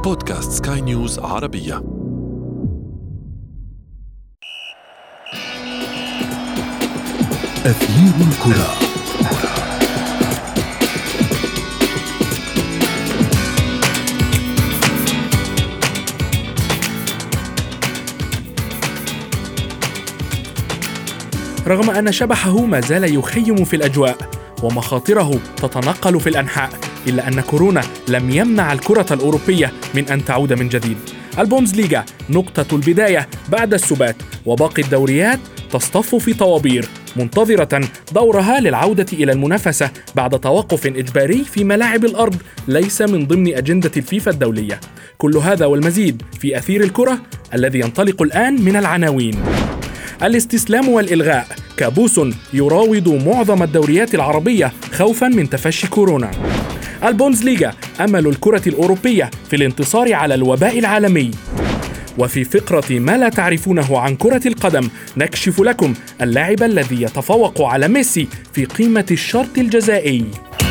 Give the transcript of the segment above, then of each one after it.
بودكاست سكاي نيوز عربية. أثير الكرة. رغم أن شبحه ما زال يخيم في الأجواء ومخاطره تتنقل في الأنحاء، إلا أن كورونا لم يمنع الكرة الأوروبية من أن تعود من جديد. البوندسليغا نقطة البداية بعد السبات، وباقي الدوريات تصطف في طوابير منتظرة دورها للعودة إلى المنافسة بعد توقف إجباري في ملاعب الأرض ليس من ضمن أجندة الفيفا الدولية. كل هذا والمزيد في أثير الكرة الذي ينطلق الآن من العناوين. الاستسلام والإلغاء كابوس يراود معظم الدوريات العربية خوفا من تفشي كورونا. البوندسليغا أمل الكرة الأوروبية في الانتصار على الوباء العالمي. وفي فقرة ما لا تعرفونه عن كرة القدم نكشف لكم اللاعب الذي يتفوق على ميسي في قيمة الشرط الجزائي.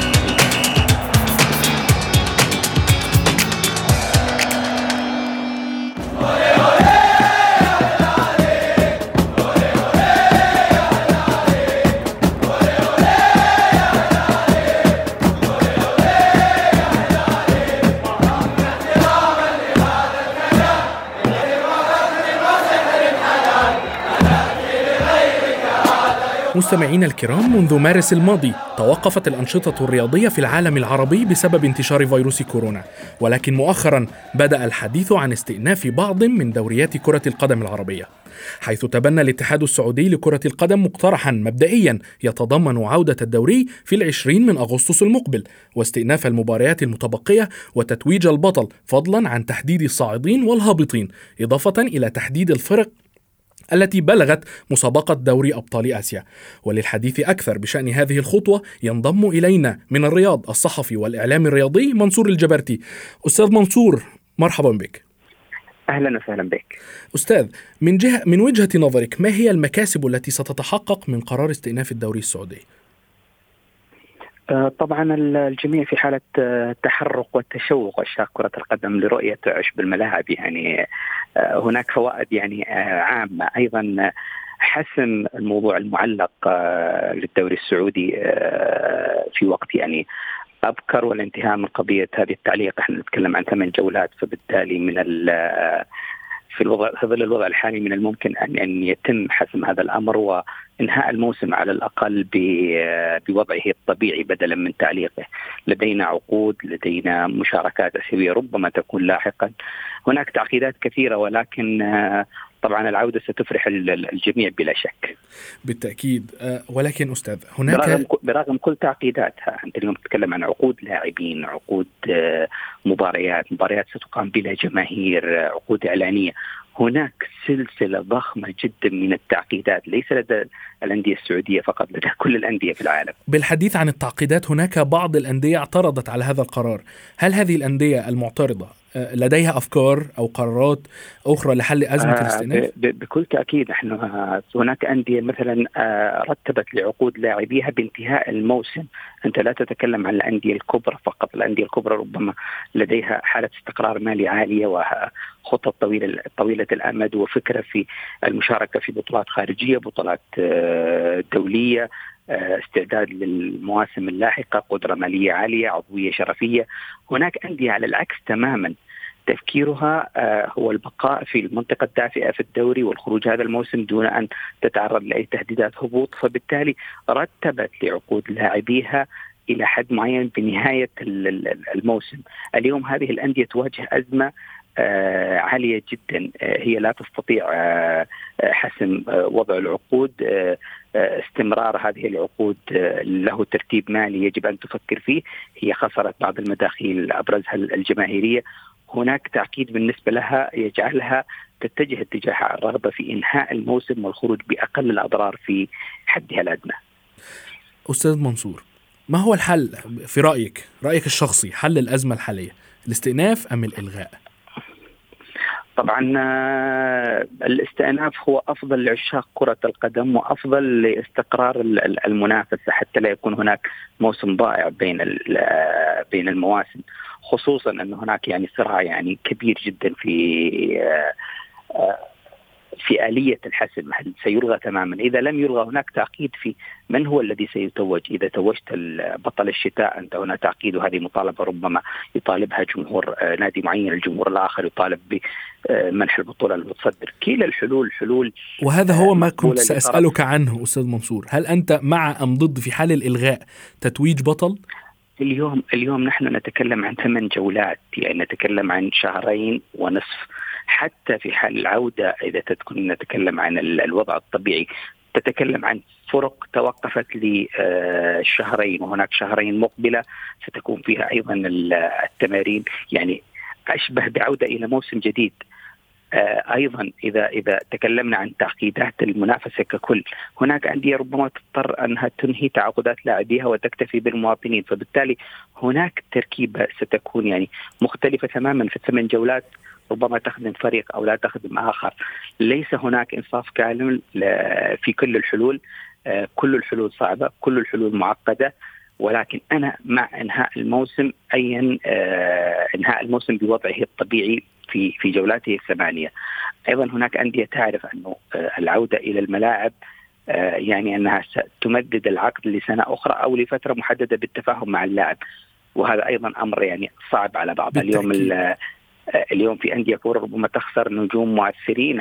مستمعين الكرام، منذ مارس الماضي توقفت الأنشطة الرياضية في العالم العربي بسبب انتشار فيروس كورونا، ولكن مؤخرا بدأ الحديث عن استئناف بعض من دوريات كرة القدم العربية، حيث تبنى الاتحاد السعودي لكرة القدم مقترحا مبدئيا يتضمن عودة الدوري في 20 من أغسطس المقبل، واستئناف المباريات المتبقية وتتويج البطل، فضلا عن تحديد الصاعدين والهابطين، إضافة إلى تحديد الفرق التي بلغت مسابقة دوري أبطال آسيا. وللحديث أكثر بشأن هذه الخطوة ينضم إلينا من الرياض الصحفي والإعلام الرياضي منصور الجبرتي. أستاذ منصور، مرحبا بك. أهلا وسهلا بك. أستاذ، من وجهة نظرك ما هي المكاسب التي ستتحقق من قرار استئناف الدوري السعودي؟ طبعا الجميع في حالة تحرك والتشوق عشاق كرة القدم لرؤية عشب الملاعب، يعني هناك فوائد يعني عامة. أيضا حسم الموضوع المعلق للدوري السعودي في وقت يعني أبكر، والانتهاء من قضية هذه التعليق. احنا نتكلم عن 8 جولات، فبالتالي في ظل الوضع الحالي من الممكن أن يتم حسم هذا الأمر وإنهاء الموسم على الأقل بوضعه الطبيعي بدلا من تعليقه. لدينا عقود، لدينا مشاركات أسيوية ربما تكون لاحقا. هناك تعقيدات كثيرة، ولكن طبعا العودة ستفرح الجميع بلا شك. بالتأكيد. ولكن أستاذ، هناك برغم كل تعقيداتها، أنت اليوم تتكلم عن عقود لاعبين، عقود مباريات ستقام بلا جماهير، عقود إعلانية. هناك سلسلة ضخمة جدا من التعقيدات، ليس لدى الأندية السعودية فقط، لدى كل الأندية في العالم. بالحديث عن التعقيدات، هناك بعض الأندية اعترضت على هذا القرار. هل هذه الأندية المعترضة لديها أفكار أو قرارات أخرى لحل أزمة الاستئناف؟ بكل تأكيد. هناك أندية مثلا رتبت لعقود لاعبيها بانتهاء الموسم. أنت لا تتكلم عن الأندية الكبرى فقط، الأندية الكبرى ربما لديها حالة استقرار مالي عالية وخطط طويلة الأمد وفكرة في المشاركة في بطولات خارجية، بطولات دولية، استعداد للمواسم اللاحقة، قدرة مالية عالية، عضوية شرفية. هناك أندية على العكس تماما، تفكيرها هو البقاء في المنطقة الدافئة في الدوري والخروج هذا الموسم دون أن تتعرض لأي تهديدات هبوط، فبالتالي رتبت لعقود لاعبيها إلى حد معين بنهاية الموسم. اليوم هذه الأندية تواجه أزمة عالية جدا، هي لا تستطيع حسم وضع العقود. استمرار هذه العقود له ترتيب مالي يجب أن تفكر فيه. هي خسرت بعض المداخيل أبرزها الجماهيرية. هناك تعقيد بالنسبة لها يجعلها تتجه اتجاه الرغبة في إنهاء الموسم والخروج بأقل الأضرار في حدها الأدنى. أستاذ منصور، ما هو الحل في رأيك الشخصي، حل الأزمة الحالية، الاستئناف أم الإلغاء؟ طبعا الاستئناف هو أفضل لعشاق كرة القدم وأفضل لاستقرار المنافسة حتى لا يكون هناك موسم ضائع بين المواسم، خصوصا أن هناك يعني صراع يعني كبير جدا في آلية الحسم، هل سيلغى تماما؟ إذا لم يلغى هناك تعقيد في من هو الذي سيتوج. إذا توجت بطل الشتاء أنت هنا تعقيد، وهذه مطالبة ربما يطالبها جمهور نادي معين، الجمهور الآخر يطالب بمنح البطولة المتصدر. كلا الحلول حلول، وهذا هو ما كنت سأسألك عنه أستاذ منصور. هل أنت مع أم ضد في حال الإلغاء تتويج بطل؟ اليوم نحن نتكلم عن 8 جولات، يعني نتكلم عن 2.5 شهر. حتى في حال العودة إذا نتكلم عن الوضع الطبيعي تتكلم عن فرق توقفت لشهرين، وهناك 2 شهر مقبلة ستكون فيها أيضا التمارين، يعني أشبه بعودة إلى موسم جديد. أيضا إذا تكلمنا عن تعقيدات المنافسة ككل، هناك أندية ربما تضطر أنها تنهي تعاقدات لاعبيها وتكتفي بالمواطنين، فبالتالي هناك تركيبة ستكون يعني مختلفة تماما في 8 جولات، ربما تخدم فريق أو لا تخدم آخر. ليس هناك إنصاف كامل في كل الحلول، كل الحلول صعبة، كل الحلول معقدة، ولكن أنا مع إنهاء الموسم، إنهاء الموسم بوضعه الطبيعي في جولاته 8. أيضا هناك أندية تعرف أنه العودة إلى الملاعب يعني أنها ستمدد العقد لسنة أخرى أو لفترة محددة بالتفاهم مع اللاعب، وهذا أيضا أمر يعني صعب على بعض. اليوم في أندية كورة ربما تخسر نجوم مؤثرين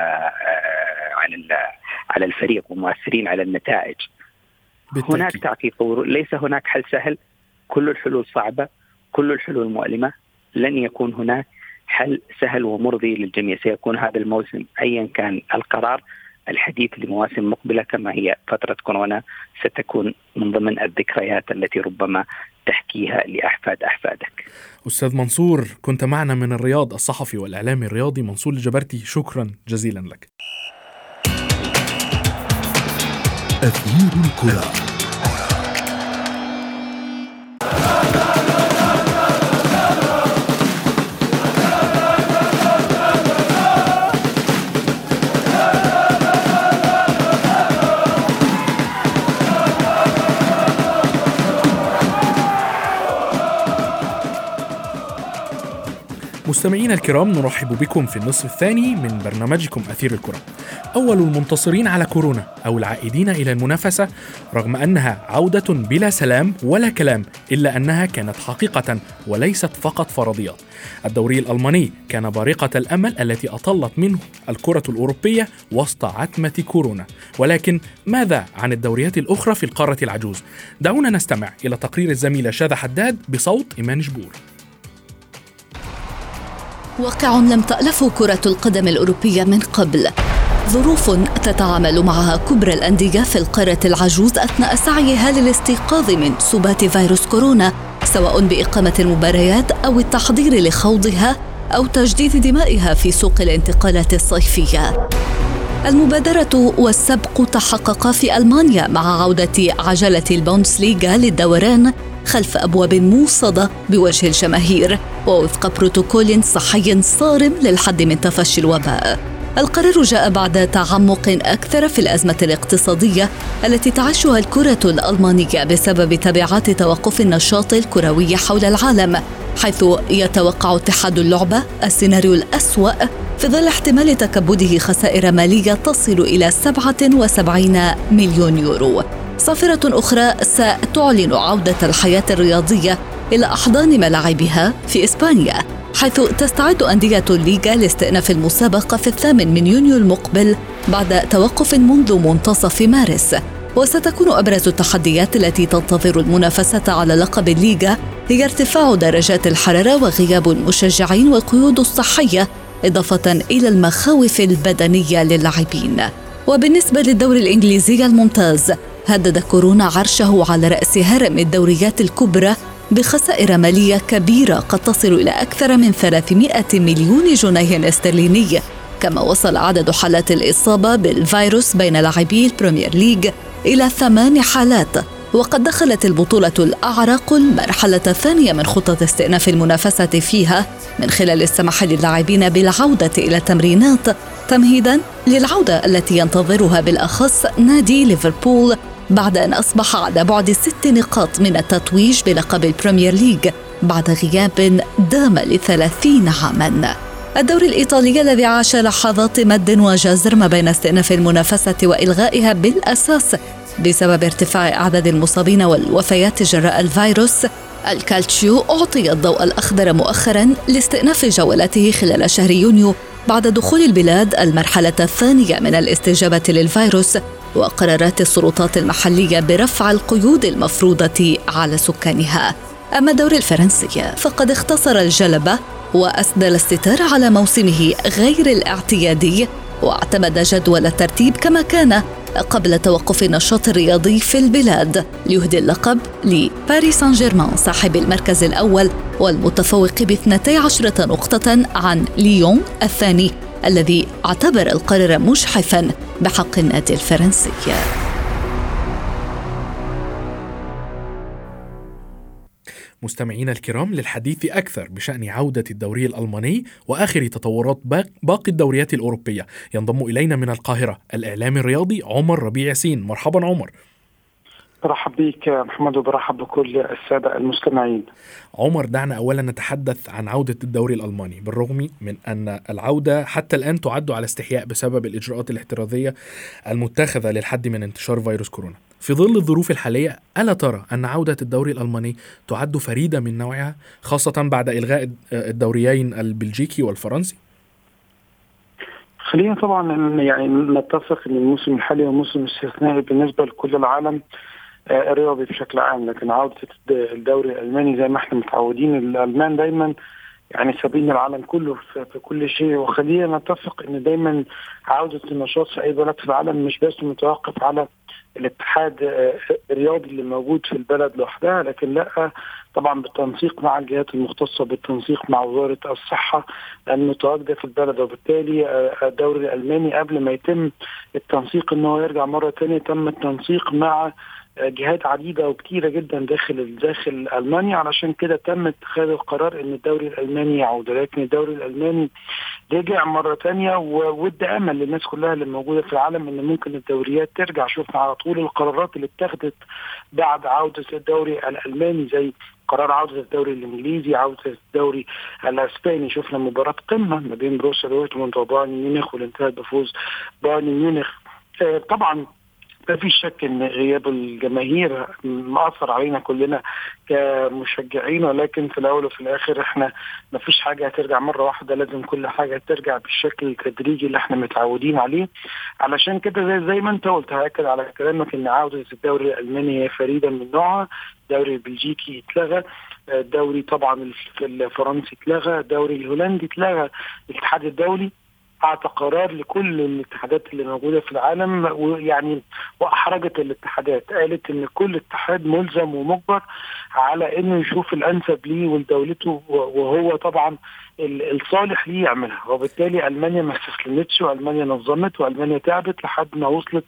على الفريق ومؤثرين على النتائج. هناك تعقيد، ليس هناك حل سهل، كل الحلول صعبة، كل الحلول مؤلمة، لن يكون هناك حل سهل ومرضي للجميع. سيكون هذا الموسم أيا كان القرار الحديث لمواسم مقبلة كما هي فترة كورونا ستكون من ضمن الذكريات التي ربما تحكيها لأحفاد أحفادك. أستاذ منصور، كنت معنا من الرياض، الصحفي والإعلامي الرياضي منصور الجبرتي، شكرا جزيلا لك. أثير الكرة. مستمعينا الكرام، نرحب بكم في النصف الثاني من برنامجكم أثير الكرة. أول المنتصرين على كورونا أو العائدين إلى المنافسة، رغم أنها عودة بلا سلام ولا كلام، إلا أنها كانت حقيقة وليست فقط فرضيات. الدوري الألماني كان بارقة الأمل التي أطلت منه الكرة الأوروبية وسط عتمة كورونا. ولكن ماذا عن الدوريات الأخرى في القارة العجوز؟ دعونا نستمع إلى تقرير الزميلة شاذة حداد بصوت إيمان جبور. واقع لم تألفه كرة القدم الأوروبية من قبل، ظروف تتعامل معها كبرى الأندية في القارة العجوز أثناء سعيها للاستيقاظ من سبات فيروس كورونا، سواء بإقامة المباريات أو التحضير لخوضها أو تجديد دمائها في سوق الانتقالات الصيفية. المبادرة والسبق تحققا في ألمانيا مع عودة عجلة البوندسليغا للدوران خلف أبواب موصدة بوجه الجماهير ووفق بروتوكول صحي صارم للحد من تفشي الوباء. القرار جاء بعد تعمق أكثر في الأزمة الاقتصادية التي تعيشها الكرة الألمانية بسبب تبعات توقف النشاط الكروي حول العالم، حيث يتوقع اتحاد اللعبة السيناريو الأسوأ في ظل احتمال تكبده خسائر مالية تصل إلى 77 مليون يورو. صافرة أخرى ستعلن عودة الحياة الرياضية إلى أحضان ملاعبها في إسبانيا، حيث تستعد أندية الليغا لاستئناف المسابقة في 8 يونيو المقبل بعد توقف منذ منتصف مارس. وستكون أبرز التحديات التي تنتظر المنافسة على لقب الليغا هي ارتفاع درجات الحرارة وغياب المشجعين والقيود الصحية، إضافة إلى المخاوف البدنية للاعبين. وبالنسبة للدوري الإنجليزي الممتاز، هدد كورونا عرشه على رأس هرم الدوريات الكبرى بخسائر مالية كبيرة قد تصل إلى أكثر من 300 مليون جنيه استرليني، كما وصل عدد حالات الإصابة بالفيروس بين لاعبي البريمير ليج إلى 8 حالات، وقد دخلت البطولة الأعراق المرحلة الثانية من خطة استئناف المنافسة فيها من خلال السماح للاعبين بالعودة إلى التمرينات تمهيداً للعودة التي ينتظرها بالأخص نادي ليفربول بعد أن أصبح على بعد 6 نقاط من التتويج بلقب البريمير ليج بعد غياب دام ل30 عاماً. الدوري الإيطالي الذي عاش لحظات مد وجزر ما بين استئناف المنافسة وإلغائها بالأساس بسبب ارتفاع أعداد المصابين والوفيات جراء الفيروس، الكالتشيو أعطي الضوء الأخضر مؤخراً لاستئناف جولته خلال شهر يونيو بعد دخول البلاد المرحلة الثانية من الاستجابة للفيروس وقرارات السلطات المحلية برفع القيود المفروضة على سكانها. أما الدوري الفرنسي فقد اختصر الجلبة وأسدل الستار على موسمه غير الاعتيادي واعتمد جدول الترتيب كما كان قبل توقف النشاط الرياضي في البلاد ليهدي اللقب لباريس سان جيرمان صاحب المركز الأول والمتفوق ب12 نقطة عن ليون الثاني الذي اعتبر القرار مجحفاً بحق النادي الفرنسي. مستمعينا الكرام، للحديث أكثر بشأن عودة الدوري الألماني وآخر تطورات باقي الدوريات الأوروبية ينضم إلينا من القاهرة الإعلامي الرياضي عمر ربيع ياسين. مرحبا عمر. برحب بك محمد وبرحب بكل السادة المستمعين. عمر، دعنا أولا نتحدث عن عودة الدوري الألماني. بالرغم من أن العودة حتى الآن تعد على استحياء بسبب الإجراءات الاحترازية المتخذة للحد من انتشار فيروس كورونا، في ظل الظروف الحالية ألا ترى أن عودة الدوري الألماني تعد فريدة من نوعها، خاصة بعد إلغاء الدوريين البلجيكي والفرنسي؟ خلينا طبعا نتفق أن الموسم الحالي هو موسم استثنائي بالنسبة لكل العالم الرياضي بشكل عام، لكن عودة الدوري الألماني زي ما احنا متعودين، الألمان دايما سابقين العالم كله في كل شيء. وخلينا نتفق ان دايما عودة النشاط في اي بلد في العالم مش بس متوقف على الاتحاد الرياضي اللي موجود في البلد لوحدها، لكن لا طبعا بالتنسيق مع الجهات المختصة، بالتنسيق مع وزارة الصحة المتواجدة في البلد. وبالتالي الدوري الألماني قبل ما يتم التنسيق انه يرجع مرة تانية تم التنسيق مع جهات عديدة وكتيرة جدا داخل ألمانيا، علشان كده تم اتخاذ القرار ان الدوري الألماني يعود. لكن الدوري الألماني رجع مرة تانية وودي أمل للناس كلها اللي موجودة في العالم ان ممكن الدوريات ترجع. شوفنا على طول القرارات اللي اتخذت بعد عودة الدوري الألماني، زي قرار عودة الدوري الإنجليزي، عودة الدوري الأسباني. شوفنا مباراة قمة ما بين بروسيا دورتموند وبايرن ميونخ واللي انتهت بفوز بايرن ميونخ. طبعا ما في شك ان غياب الجماهير مأثر علينا كلنا كمشجعين، ولكن في الاول وفي الاخر احنا ما فيش حاجه هترجع مره واحده، لازم كل حاجه ترجع بالشكل التدريجي اللي احنا متعودين عليه. علشان كده زي ما انت قلت، هاكد على كلامك ان عوده الدوري الالماني هي فريده من نوعها. الدوري البلجيكي اتلغى، الدوري طبعا الفرنسي اتلغى، الدوري الهولندي اتلغى. الاتحاد الدولي أعطى قرار لكل الاتحادات اللي موجودة في العالم، وأحرجت الاتحادات، قالت إن كل اتحاد ملزم ومجبر على إنه يشوف الأنسب ليه ولدولته، وهو طبعا الصالح ليه يعملها. وبالتالي ألمانيا ما استسلمتش، وألمانيا نظمت، وألمانيا تعبت لحد ما وصلت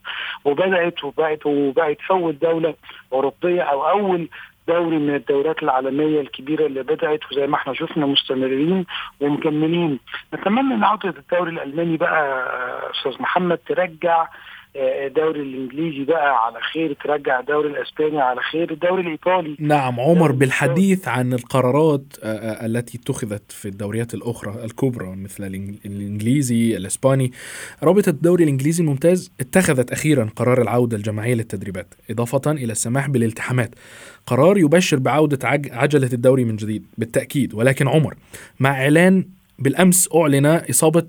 وبقت أول دولة أوروبية أو أول دوري من الدورات العالمية الكبيرة اللي بدأت، وزي ما احنا شفنا مستمرين ومكملين. نتمنى ان عودة الدوري الألماني بقى أستاذ محمد ترجع الدوري الإنجليزي بقى على خير، ترجع الدوري الأسباني على خير، الدوري الإيطالي. نعم عمر، بالحديث عن القرارات التي اتخذت في الدوريات الأخرى الكبرى مثل الإنجليزي الإسباني، رابطة الدوري الإنجليزي الممتاز اتخذت أخيرا قرار العودة الجماعية للتدريبات إضافة إلى السماح بالالتحامات، قرار يبشر بعودة عجلة الدوري من جديد بالتأكيد. ولكن عمر، مع إعلان بالأمس أعلن إصابة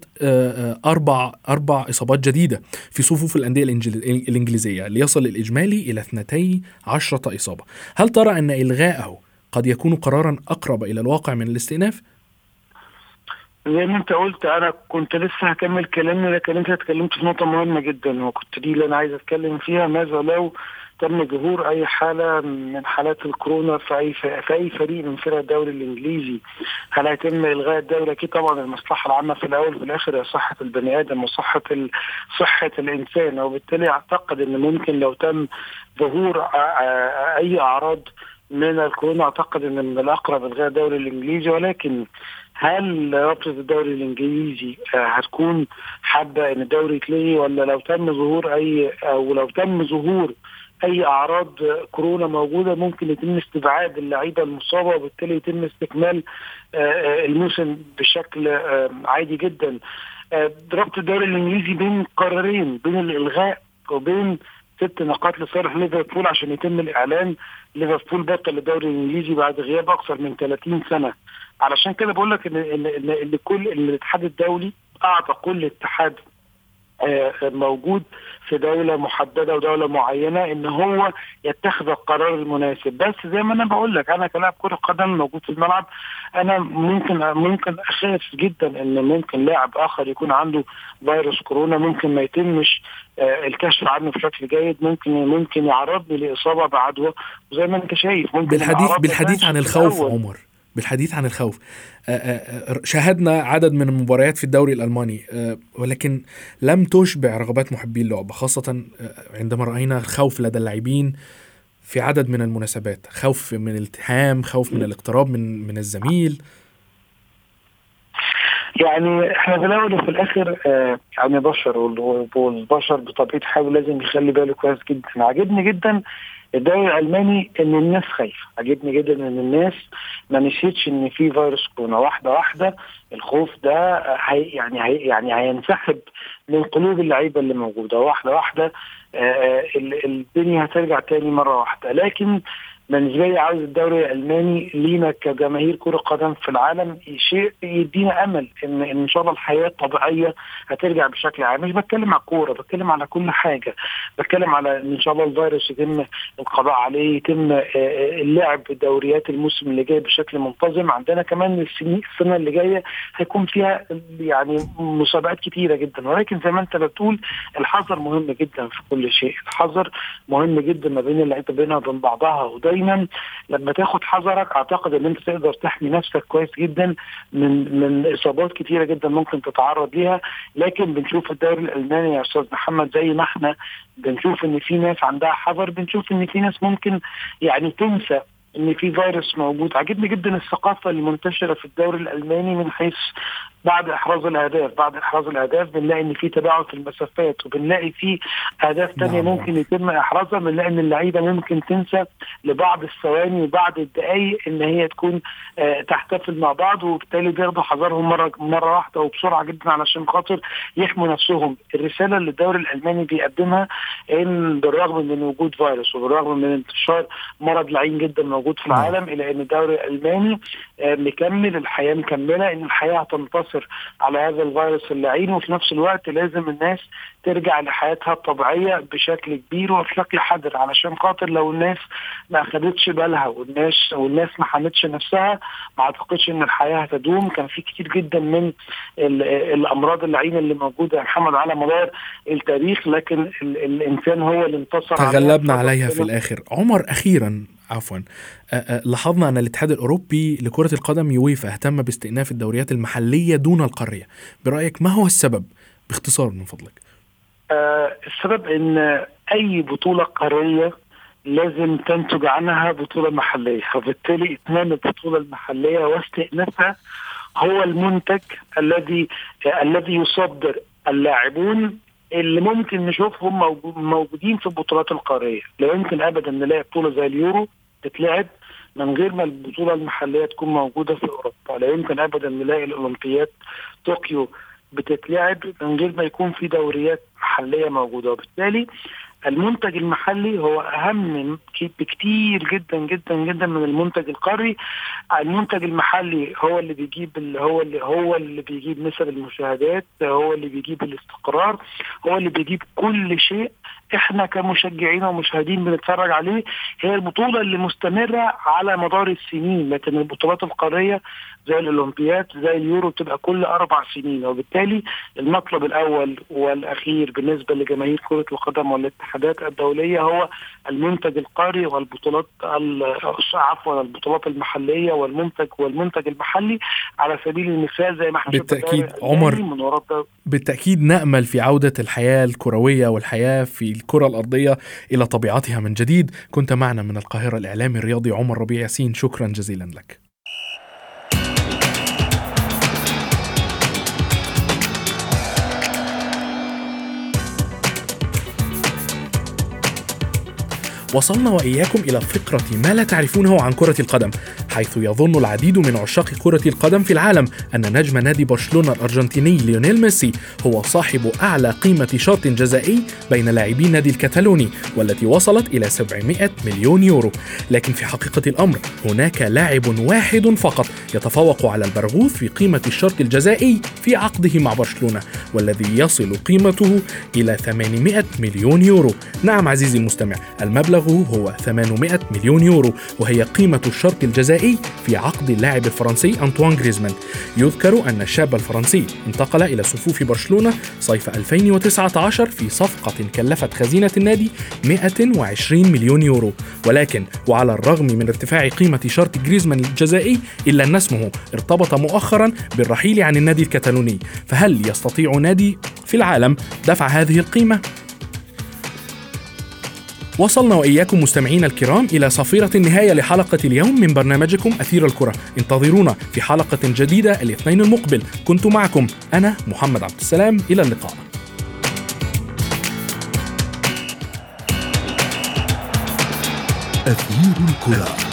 أربع إصابات جديدة في صفوف الأندية الإنجليزية ليصل الإجمالي إلى 12 إصابة، هل ترى أن إلغاءه قد يكون قرارا أقرب إلى الواقع من الاستئناف؟ زي ما انت قلت، انا كنت لسه هكمل كلامي، لكن انت اتكلمت في نقطة مهمة جدا وكنت دي اللي انا عايز اتكلم فيها. ماذا لو تم ظهور اي حاله من حالات الكورونا في اي فريق من فرق الدوري الانجليزي، هل هيتم الغاء الدوري؟ اكيد طبعا المصلحه العامه في الاول وفي الاخر هي صحه البني ادم وصحه صحه الانسان، وبالتالي اعتقد ان ممكن لو تم ظهور اي اعراض من الكورونا اعتقد ان من الاقرب الغاء الدوري الانجليزي. ولكن هل رابطه الدوري الانجليزي هتكون حابه ان الدوري يتلغي، ولا لو تم ظهور اي اعراض كورونا موجوده ممكن يتم استبعاد اللعيبه المصابه وبالتالي يتم استكمال الموسم بشكل عادي جدا؟ رابطه الدوري الانجليزي بين قرارين، بين الالغاء وبين 6 نقاط لصالح ليفربول عشان يتم الاعلان. ليفربول بطل الدوري الانجليزي بعد غياب اكثر من 30 سنه. علشان كده بقول لك ان كل الاتحاد الدولي اعطى كل اتحاد موجود في دولة محددة ودولة معينة ان هو يتخذ القرار المناسب. بس زي ما انا بقول لك، انا كلاعب كرة قدم موجود في الملعب، انا ممكن اخاف جدا ان ممكن لاعب اخر يكون عنده فيروس كورونا، ممكن ما يتمش الكشف عنه بشكل جيد، ممكن يعرضني لإصابة بعدوى. وزي ما انت شايف ممكن بالحديث عن الخوف عمر، بالحديث عن الخوف، شاهدنا عدد من المباريات في الدوري الألماني ولكن لم تشبع رغبات محبي اللعبة، خاصة عندما رأينا الخوف لدى اللاعبين في عدد من المناسبات، خوف من الالتحام، خوف من الاقتراب من الزميل. يعني احنا في الاول وفي الاخر يعني بشر، والبشر بطبيعة حاله لازم يخلي باله كويس جدا. عجبني جدا الدوري الألماني ان الناس خايفة، عجبني جدا ان الناس ما نسيتش ان في فيروس كورونا. واحدة الخوف ده هينسحب من قلوب اللعيبة اللي موجودة، واحدة الدنيا هترجع تاني مرة واحدة. لكن بالنسبة لي عاوز الدوري الألماني لينا كجماهير كرة قدم في العالم شيء يدينا أمل إن شاء الله الحياة الطبيعية هترجع بشكل عام. مش بتكلم على الكورة، بتكلم على كل حاجة، بتكلم على إن شاء الله الفيروس يتم القضاء عليه، يتم اللعب دوريات الموسم اللي جاي بشكل منتظم. عندنا كمان السنة اللي جاية هيكون فيها يعني مسابقات كتيرة جدا، ولكن زي ما أنت بتقول الحذر مهم جدا في كل شيء، الحذر مهم جدا ما بين اللعيبة بينها وبين بعضها. دايما لما تاخد حذرك اعتقد ان انت تقدر تحمي نفسك كويس جدا من اصابات كتيره جدا ممكن تتعرض ليها. لكن بنشوف الدوري الالماني يا استاذ محمد زي ما احنا بنشوف ان في ناس عندها حذر، بنشوف ان في ناس ممكن يعني تنسى ان في فيروس موجود. عجبني جدا الثقافه المنتشره في الدوري الالماني من حيث بعد احراز الاهداف بنلاقي ان في تباعد في المسافات، وبنلاقي في اهداف تانية ممكن يتم احرازها، بنلاقي ان اللعيبه ممكن تنسى لبعض الثواني وبعض الدقائق ان هي تكون تحتفل مع بعض، وبالتالي بياخدوا حذرهم مره واحده وبسرعه جدا علشان خاطر يحموا نفسهم. الرساله اللي الدوري الالماني بيقدمها ان بالرغم من وجود فيروس وبالرغم من انتشار مرض لعين جدا موجود في العالم، الا ان الدوري الالماني مكمل، الحياه مكمله، ان الحياه هتنتصر على هذا الفيروس اللعين، وفي نفس الوقت لازم الناس ترجع لحياتها الطبيعية بشكل كبير وبشكل حذر، علشان خاطر لو الناس ما أخدتش بالها والناس ما حمتش نفسها ما أعتقدش إن الحياة هتدوم. كان في كتير جدا من الأمراض اللعينة اللي موجودة يا محمد على مدار التاريخ، لكن الإنسان هو اللي انتصر، تغلبنا عليها في الآخر. عمر، أخيرا لاحظنا أن الاتحاد الأوروبي لكرة القدم يويفا اهتم باستئناف الدوريات المحلية دون القارية. برأيك ما هو السبب؟ باختصار من فضلك. السبب أن أي بطولة قارية لازم تنتج عنها بطولة محلية، وبالتالي إتمام البطولة المحلية واستئنافها هو المنتج الذي يصدر اللاعبون اللي ممكن نشوفهم موجودين في البطولات القارية. لا يمكن أبدا نلاقي بطولة زي اليورو تتلعب من غير ما البطولة المحلية تكون موجودة في أوروبا. لا يمكن أبدا نلاقي الأولمبياد طوكيو بتتلعب من غير ما يكون في دوريات محلية موجودة. وبالتالي المنتج المحلي هو أهم بكتير جدا جدا جدا من المنتج القاري. المنتج المحلي هو اللي بيجيب نسب المشاهدات، هو اللي بيجيب الاستقرار، هو اللي بيجيب كل شيء احنا كمشجعين ومشاهدين بنتفرج عليه، هي البطولة اللي مستمرة على مدار السنين. لكن البطولات القارية زي الأولمبياد زي اليورو بتبقى كل 4 سنين، وبالتالي المطلب الأول والأخير بالنسبة لجماهير كرة القدم والاتحادات الدولية هو المنتج القاري والبطولات البطولات المحلية والمنتج المحلي. على سبيل المثال زي ما احنا بالتأكيد عمر، بالتأكيد نأمل في عودة الحياة الكروية والحياة في الكرة الأرضية إلى طبيعتها من جديد. كنت معنا من القاهرة الإعلامي الرياضي عمر ربيع ياسين، شكرا جزيلا لك. وصلنا وإياكم إلى فقرة ما لا تعرفونه عن كرة القدم، حيث يظن العديد من عشاق كرة القدم في العالم أن نجم نادي برشلونة الأرجنتيني ليونيل ميسي هو صاحب أعلى قيمة شرط جزائي بين لاعبي نادي الكتالوني، والتي وصلت إلى 700 مليون يورو. لكن في حقيقة الأمر هناك لاعب واحد فقط يتفوق على البرغوث في قيمة الشرط الجزائي في عقده مع برشلونة، والذي يصل قيمته إلى 800 مليون يورو. نعم عزيزي المستمع، المبلغ هو 800 مليون يورو، وهي قيمة الشرط الجزائي في عقد اللاعب الفرنسي أنطوان غريزمان. يذكر أن الشاب الفرنسي انتقل إلى صفوف برشلونة صيف 2019 في صفقة كلفت خزينة النادي 120 مليون يورو. ولكن وعلى الرغم من ارتفاع قيمة شرط غريزمان الجزائي، إلا أن اسمه ارتبط مؤخرا بالرحيل عن النادي الكتالوني. فهل يستطيع نادي في العالم دفع هذه القيمة؟ وصلنا وإياكم مستمعين الكرام إلى صفيرة النهاية لحلقة اليوم من برنامجكم أثير الكرة. انتظرونا في حلقة جديدة الاثنين المقبل. كنت معكم أنا محمد عبد السلام، إلى اللقاء. أثير الكرة.